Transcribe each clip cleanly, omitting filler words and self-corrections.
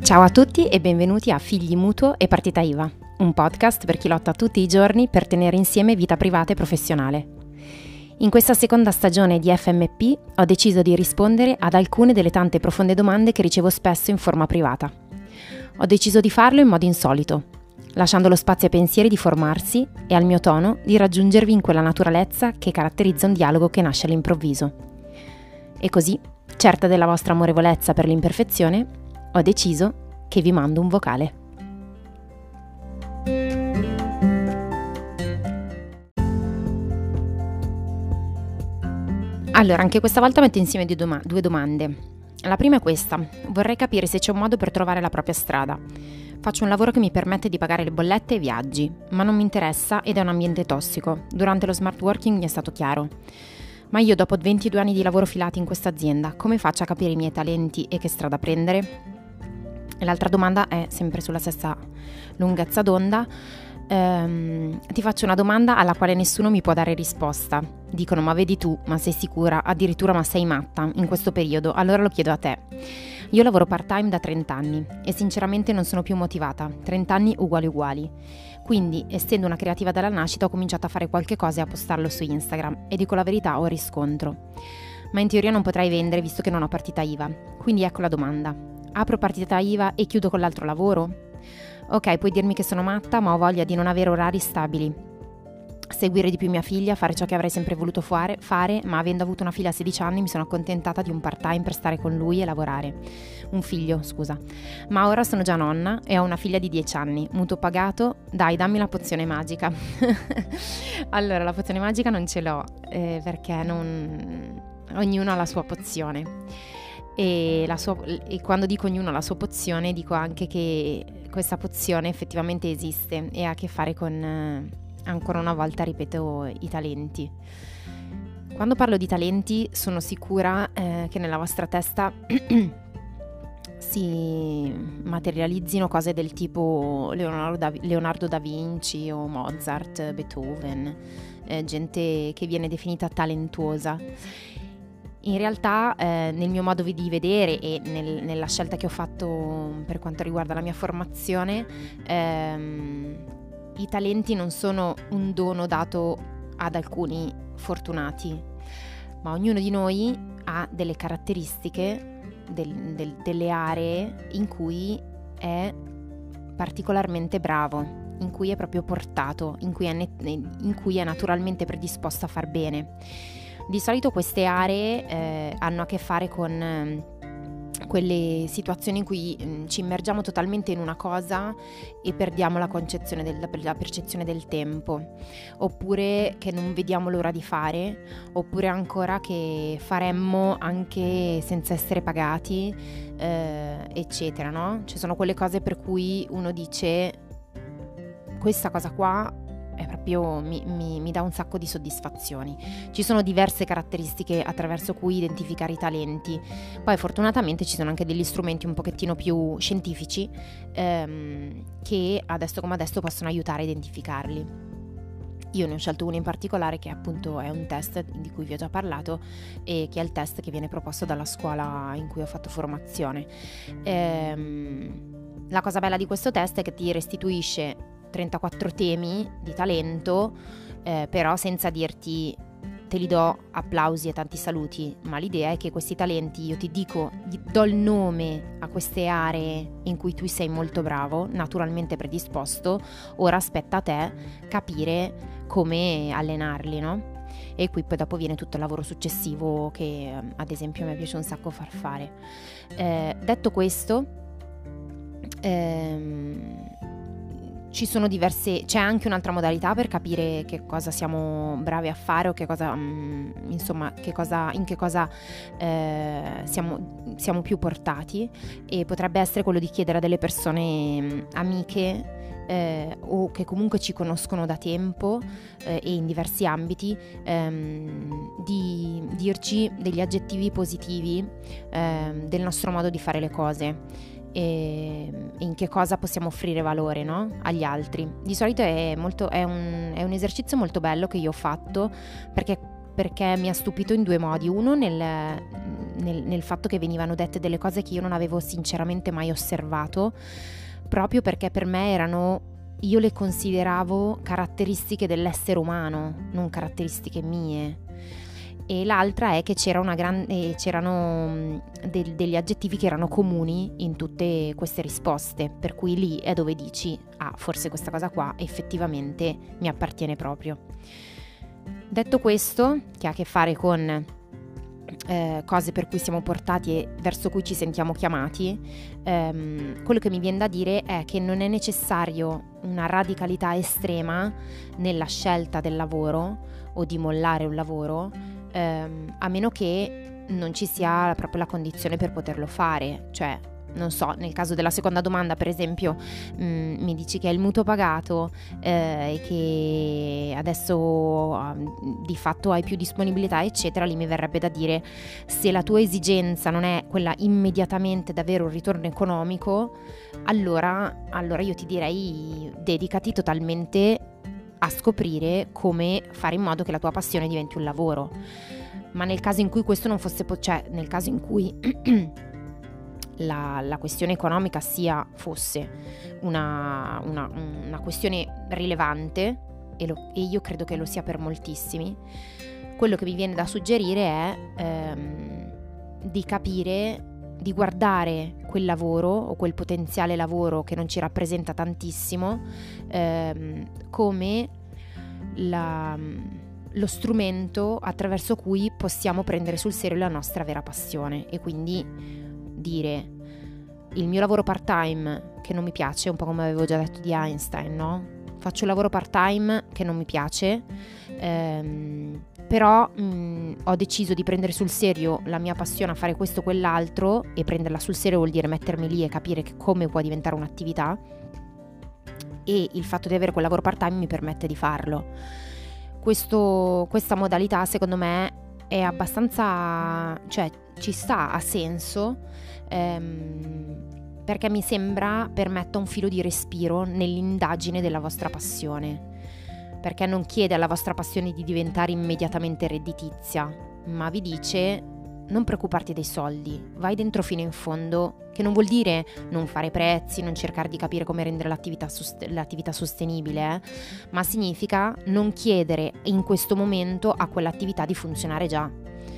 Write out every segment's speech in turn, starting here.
Ciao a tutti e benvenuti a Figli Mutuo e Partita IVA, un podcast per chi lotta tutti i giorni per tenere insieme vita privata e professionale. In questa seconda stagione di FMP ho deciso di rispondere ad alcune delle tante profonde domande che ricevo spesso in forma privata. Ho deciso di farlo in modo insolito, lasciando lo spazio ai pensieri di formarsi e al mio tono di raggiungervi in quella naturalezza che caratterizza un dialogo che nasce all'improvviso. E così, certa della vostra amorevolezza per l'imperfezione, ho deciso che vi mando un vocale. Allora, anche questa volta metto insieme due domande. La prima è questa: vorrei capire se c'è un modo per trovare la propria strada. Faccio un lavoro che mi permette di pagare le bollette e i viaggi, ma non mi interessa ed è un ambiente tossico. Durante lo smart working mi è stato chiaro. Ma io, dopo 22 anni di lavoro filati in questa azienda, come faccio a capire i miei talenti e che strada prendere? E l'altra domanda è sempre sulla stessa lunghezza d'onda. Ti faccio una domanda alla quale nessuno mi può dare risposta. Dicono: ma vedi tu, ma sei sicura, addirittura ma sei matta in questo periodo? Allora lo chiedo a te. Io lavoro part-time da 30 anni e sinceramente non sono più motivata. 30 anni uguali. Quindi, essendo una creativa dalla nascita, ho cominciato a fare qualche cosa e a postarlo su Instagram e dico la verità, ho riscontro. Ma in teoria non potrei vendere visto che non ho partita IVA. Quindi ecco la domanda: apro partita IVA e chiudo con l'altro lavoro? Ok, puoi dirmi che sono matta, ma ho voglia di non avere orari stabili, seguire di più mia figlia, fare ciò che avrei sempre voluto fare, ma avendo avuto una figlia a 16 anni mi sono accontentata di un part-time per stare con lui e lavorare. Un figlio, scusa. Ma ora sono già nonna e ho una figlia di 10 anni, mutuo pagato, dai, dammi la pozione magica. Allora, la pozione magica non ce l'ho, perché ognuno ha la sua pozione. E quando dico ognuno ha la sua pozione, dico anche che questa pozione effettivamente esiste e ha a che fare con, ancora una volta ripeto, i talenti. Quando parlo di talenti sono sicura che nella vostra testa si materializzino cose del tipo Leonardo da Vinci o Mozart, Beethoven, gente che viene definita talentuosa. In realtà nel mio modo di vedere e nella scelta che ho fatto per quanto riguarda la mia formazione, i talenti non sono un dono dato ad alcuni fortunati, ma ognuno di noi ha delle caratteristiche, delle aree in cui è particolarmente bravo, in cui è proprio portato, in cui è naturalmente predisposto a far bene. Di solito queste aree hanno a che fare con quelle situazioni in cui ci immergiamo totalmente in una cosa e perdiamo la percezione del tempo, oppure che non vediamo l'ora di fare, oppure ancora che faremmo anche senza essere pagati, eccetera, no? Ci sono quelle cose per cui uno dice: questa cosa qua è proprio mi dà un sacco di soddisfazioni. Ci sono diverse caratteristiche attraverso cui identificare i talenti. Poi fortunatamente ci sono anche degli strumenti un pochettino più scientifici che adesso come adesso possono aiutare a identificarli. Io ne ho scelto uno in particolare che appunto è un test di cui vi ho già parlato e che è il test che viene proposto dalla scuola in cui ho fatto formazione. La cosa bella di questo test è che ti restituisce 34 temi di talento, però senza dirti te li do, applausi e tanti saluti, ma l'idea è che questi talenti io ti do il nome a queste aree in cui tu sei molto bravo, naturalmente predisposto, ora aspetta a te capire come allenarli, no? E qui poi dopo viene tutto il lavoro successivo che ad esempio mi piace un sacco far fare. Detto questo, c'è anche un'altra modalità per capire che cosa siamo bravi a fare o che cosa, in che cosa siamo più portati, e potrebbe essere quello di chiedere a delle persone amiche o che comunque ci conoscono da tempo e in diversi ambiti, di dirci degli aggettivi positivi del nostro modo di fare le cose e in che cosa possiamo offrire valore, no? Agli altri. Di solito è un esercizio molto bello che io ho fatto perché mi ha stupito in due modi. Uno nel fatto che venivano dette delle cose che io non avevo sinceramente mai osservato, proprio perché per me io le consideravo caratteristiche dell'essere umano, non caratteristiche mie. E l'altra è che c'erano degli aggettivi che erano comuni in tutte queste risposte, per cui lì è dove dici, forse questa cosa qua effettivamente mi appartiene proprio. Detto questo, che ha a che fare con cose per cui siamo portati e verso cui ci sentiamo chiamati, quello che mi viene da dire è che non è necessario una radicalità estrema nella scelta del lavoro o di mollare un lavoro, a meno che non ci sia proprio la condizione per poterlo fare. Cioè, non so, nel caso della seconda domanda, per esempio, mi dici che hai il mutuo pagato e che adesso di fatto hai più disponibilità, eccetera. Lì mi verrebbe da dire, se la tua esigenza non è quella immediatamente di avere un ritorno economico, allora io ti direi dedicati totalmente a scoprire come fare in modo che la tua passione diventi un lavoro. Ma nel caso in cui questo non fosse nel caso in cui la questione economica fosse una questione rilevante, e io credo che lo sia per moltissimi, quello che mi viene da suggerire è di capire, di guardare quel lavoro o quel potenziale lavoro che non ci rappresenta tantissimo come lo strumento attraverso cui possiamo prendere sul serio la nostra vera passione, e quindi dire: il mio lavoro part-time che non mi piace, un po' come avevo già detto di Einstein, no? Faccio un lavoro part-time che non mi piace, però ho deciso di prendere sul serio la mia passione a fare questo o quell'altro, e prenderla sul serio vuol dire mettermi lì e capire come può diventare un'attività, e il fatto di avere quel lavoro part-time mi permette di farlo. Questa modalità secondo me è abbastanza, cioè ci sta, ha senso, perché mi sembra permetta un filo di respiro nell'indagine della vostra passione, perché non chiede alla vostra passione di diventare immediatamente redditizia, ma vi dice: non preoccuparti dei soldi, vai dentro fino in fondo, che non vuol dire non fare prezzi, non cercare di capire come rendere l'attività sostenibile, ma significa non chiedere in questo momento a quell'attività di funzionare già.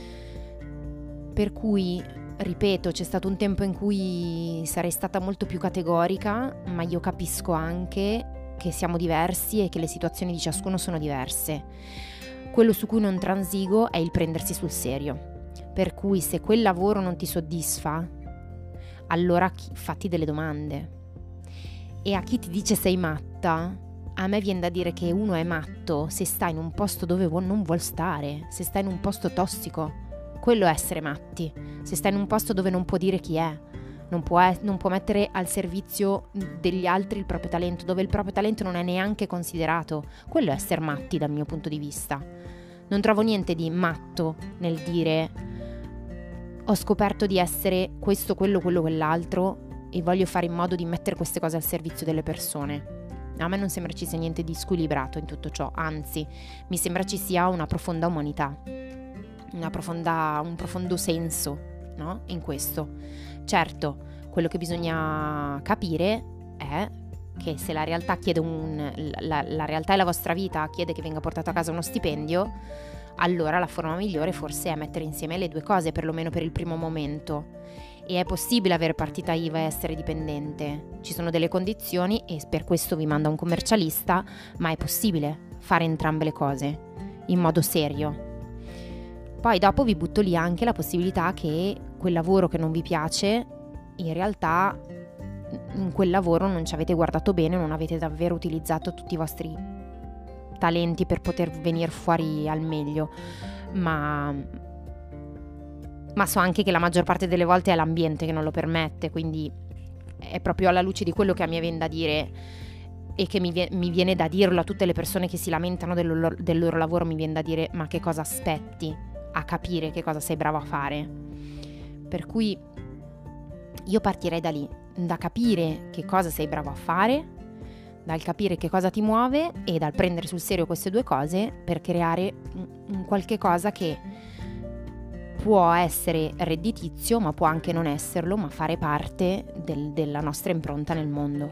Per cui, ripeto, c'è stato un tempo in cui sarei stata molto più categorica, ma io capisco anche che siamo diversi e che le situazioni di ciascuno sono diverse. Quello su cui non transigo è il prendersi sul serio. Per cui se quel lavoro non ti soddisfa, allora fatti delle domande. E a chi ti dice sei matta, a me viene da dire che uno è matto se sta in un posto dove non vuol stare, se sta in un posto tossico. Quello è essere matti. Se sta in un posto dove non può dire chi è, non può mettere al servizio degli altri il proprio talento, dove il proprio talento non è neanche considerato, quello è essere matti dal mio punto di vista. Non trovo niente di matto nel dire: ho scoperto di essere questo, quello, quell'altro, e voglio fare in modo di mettere queste cose al servizio delle persone. A me non sembra ci sia niente di squilibrato in tutto ciò, anzi, mi sembra ci sia una profonda umanità, un profondo senso, no? In questo. Certo, quello che bisogna capire è che se la realtà chiede la realtà e la vostra vita chiede che venga portato a casa uno stipendio, allora la forma migliore forse è mettere insieme le due cose, perlomeno per il primo momento. E è possibile avere partita IVA e essere dipendente. Ci sono delle condizioni e per questo vi manda un commercialista, ma è possibile fare entrambe le cose in modo serio. Poi dopo vi butto lì anche la possibilità che quel lavoro che non vi piace, in realtà in quel lavoro non ci avete guardato bene, non avete davvero utilizzato tutti i vostri talenti per poter venire fuori al meglio, ma so anche che la maggior parte delle volte è l'ambiente che non lo permette, quindi è proprio alla luce di quello che a me viene da dire e che mi viene da dirlo a tutte le persone che si lamentano del loro lavoro, mi viene da dire: ma che cosa aspetti a capire che cosa sei bravo a fare? Per cui io partirei da lì, da capire che cosa sei bravo a fare, dal capire che cosa ti muove e dal prendere sul serio queste due cose per creare un qualche cosa che può essere redditizio, ma può anche non esserlo, ma fare parte della nostra impronta nel mondo.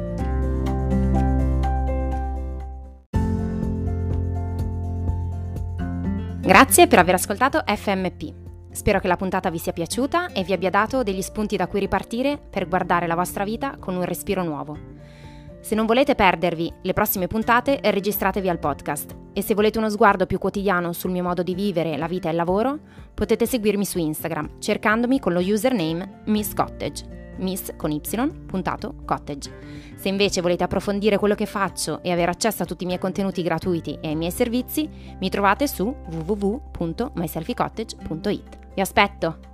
Grazie per aver ascoltato FMP. Spero che la puntata vi sia piaciuta e vi abbia dato degli spunti da cui ripartire per guardare la vostra vita con un respiro nuovo. Se non volete perdervi le prossime puntate, registratevi al podcast. E se volete uno sguardo più quotidiano sul mio modo di vivere la vita e il lavoro, potete seguirmi su Instagram, cercandomi con lo username Miss Cottage, Miss con y.cottage. Se invece volete approfondire quello che faccio e avere accesso a tutti i miei contenuti gratuiti e ai miei servizi, mi trovate su www.myselfiecottage.it. Vi aspetto!